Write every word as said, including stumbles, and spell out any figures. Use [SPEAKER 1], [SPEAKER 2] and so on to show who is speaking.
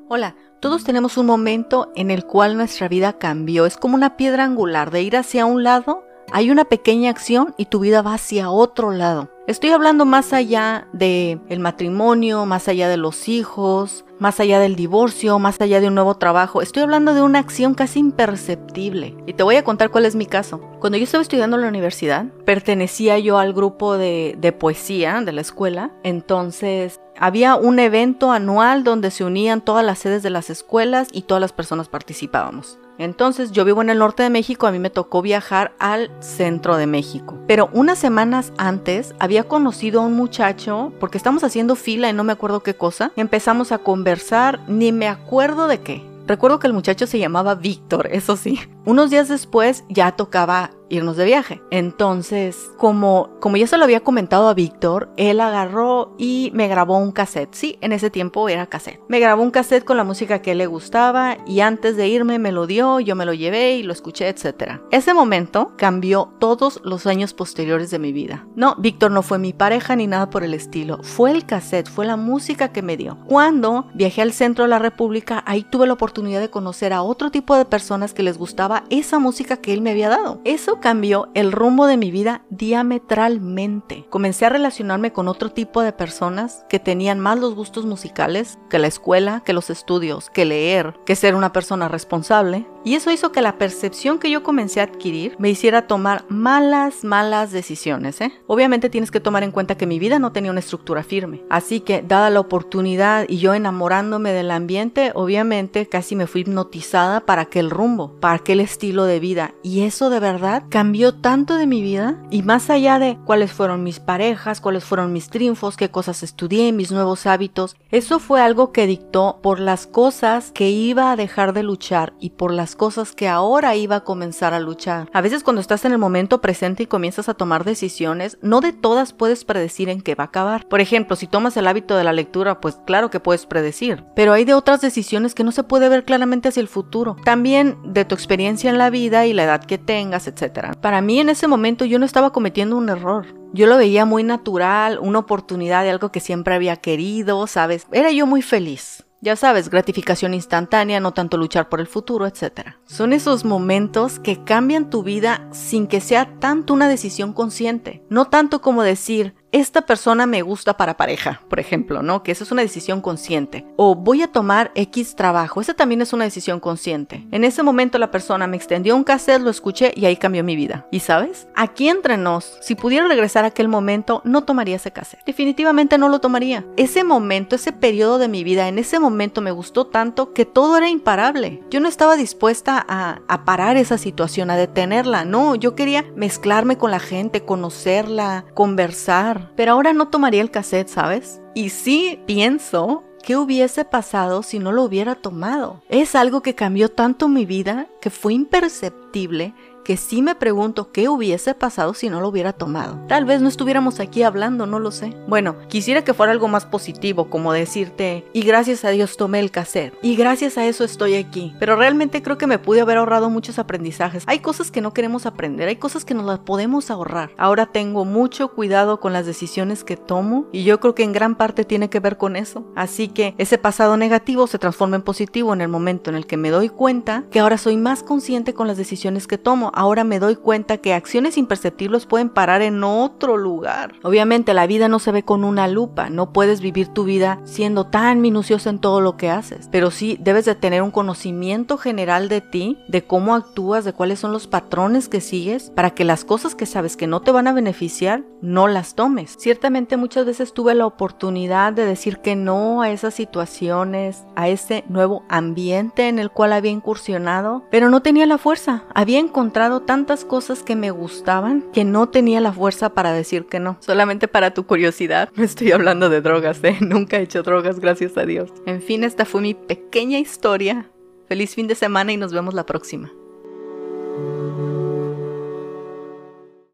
[SPEAKER 1] Hola, todos tenemos un momento en el cual nuestra vida cambió. Es como una piedra angular, de ir hacia un lado, hay una pequeña acción y tu vida va hacia otro lado. Estoy hablando más allá del matrimonio, más allá de los hijos, más allá del divorcio, más allá de un nuevo trabajo. Estoy hablando de una acción casi imperceptible. Y te voy a contar cuál es mi caso. Cuando yo estaba estudiando en la universidad, pertenecía yo al grupo de, de poesía de la escuela. Entonces, había un evento anual donde se unían todas las sedes de las escuelas y todas las personas participábamos. Entonces, yo vivo en el norte de México, a mí me tocó viajar al centro de México. Pero unas semanas antes había conocido a un muchacho, porque estamos haciendo fila y no me acuerdo qué cosa. Empezamos a conversar, ni me acuerdo de qué. Recuerdo que el muchacho se llamaba Víctor, eso sí. Unos días después ya tocaba irnos de viaje. Entonces, como, como ya se lo había comentado a Víctor, él agarró y me grabó un cassette. Sí, en ese tiempo era cassette. Me grabó un cassette con la música que a él le gustaba y antes de irme me lo dio, yo me lo llevé y lo escuché, etcétera. Ese momento cambió todos los años posteriores de mi vida. No, Víctor no fue mi pareja ni nada por el estilo. Fue el cassette, fue la música que me dio. Cuando viajé al centro de la República, ahí tuve la oportunidad de conocer a otro tipo de personas que les gustaba esa música que él me había dado. Eso cambió el rumbo de mi vida diametralmente. Comencé a relacionarme con otro tipo de personas que tenían más los gustos musicales que la escuela, que los estudios, que leer, que ser una persona responsable. Y eso hizo que la percepción que yo comencé a adquirir me hiciera tomar malas, malas decisiones, ¿eh? Obviamente tienes que tomar en cuenta que mi vida no tenía una estructura firme. Así que, dada la oportunidad y yo enamorándome del ambiente, obviamente casi me fui hipnotizada para aquel rumbo, para aquel estilo de vida. Y eso de verdad cambió tanto de mi vida. Y más allá de cuáles fueron mis parejas, cuáles fueron mis triunfos, qué cosas estudié, mis nuevos hábitos, eso fue algo que dictó por las cosas que iba a dejar de luchar y por las cosas que ahora iba a comenzar a luchar. A veces cuando estás en el momento presente y comienzas a tomar decisiones, no de todas puedes predecir en qué va a acabar. Por ejemplo, si tomas el hábito de la lectura, pues claro que puedes predecir, pero hay de otras decisiones que no se puede ver claramente hacia el futuro. También de tu experiencia en la vida y la edad que tengas, etcétera. Para mí en ese momento yo no estaba cometiendo un error. Yo lo veía muy natural, una oportunidad de algo que siempre había querido, ¿sabes? Era yo muy feliz. Ya sabes, gratificación instantánea, no tanto luchar por el futuro, etcétera. Son esos momentos que cambian tu vida sin que sea tanto una decisión consciente. No tanto como decir, esta persona me gusta para pareja, por ejemplo, ¿no? Que eso es una decisión consciente. O voy a tomar X trabajo, esa también es una decisión consciente. En ese momento la persona me extendió un cassette, lo escuché y ahí cambió mi vida. ¿Y sabes? Aquí entre nos, si pudiera regresar a aquel momento, no tomaría ese cassette. Definitivamente no lo tomaría. Ese momento, ese periodo de mi vida, en ese momento me gustó tanto que todo era imparable. Yo no estaba dispuesta a, a parar esa situación, a detenerla. No, yo quería mezclarme con la gente, conocerla, conversar. Pero ahora no tomaría el cassette, ¿sabes? Y sí pienso, ¿qué hubiese pasado si no lo hubiera tomado? Es algo que cambió tanto mi vida que fue imperceptible, que sí me pregunto qué hubiese pasado si no lo hubiera tomado. Tal vez no estuviéramos aquí hablando, no lo sé. Bueno, quisiera que fuera algo más positivo, como decirte, y gracias a Dios tomé el cassette, y gracias a eso estoy aquí. Pero realmente creo que me pude haber ahorrado muchos aprendizajes. Hay cosas que no queremos aprender, hay cosas que nos las podemos ahorrar. Ahora tengo mucho cuidado con las decisiones que tomo, y yo creo que en gran parte tiene que ver con eso. Así que ese pasado negativo se transforma en positivo en el momento en el que me doy cuenta que ahora soy más consciente con las decisiones que tomo. Ahora me doy cuenta que acciones imperceptibles pueden parar en otro lugar. Obviamente la vida no se ve con una lupa, no puedes vivir tu vida siendo tan minuciosa en todo lo que haces, pero sí debes de tener un conocimiento general de ti, de cómo actúas, de cuáles son los patrones que sigues, para que las cosas que sabes que no te van a beneficiar, no las tomes. Ciertamente muchas veces tuve la oportunidad de decir que no a esas situaciones, a ese nuevo ambiente en el cual había incursionado, pero no tenía la fuerza. Había encontrado tantas cosas que me gustaban que no tenía la fuerza para decir que no. Solamente para tu curiosidad, no estoy hablando de drogas, ¿eh? Nunca he hecho drogas, gracias a Dios. En fin, esta fue mi pequeña historia. Feliz fin de semana y nos vemos la próxima.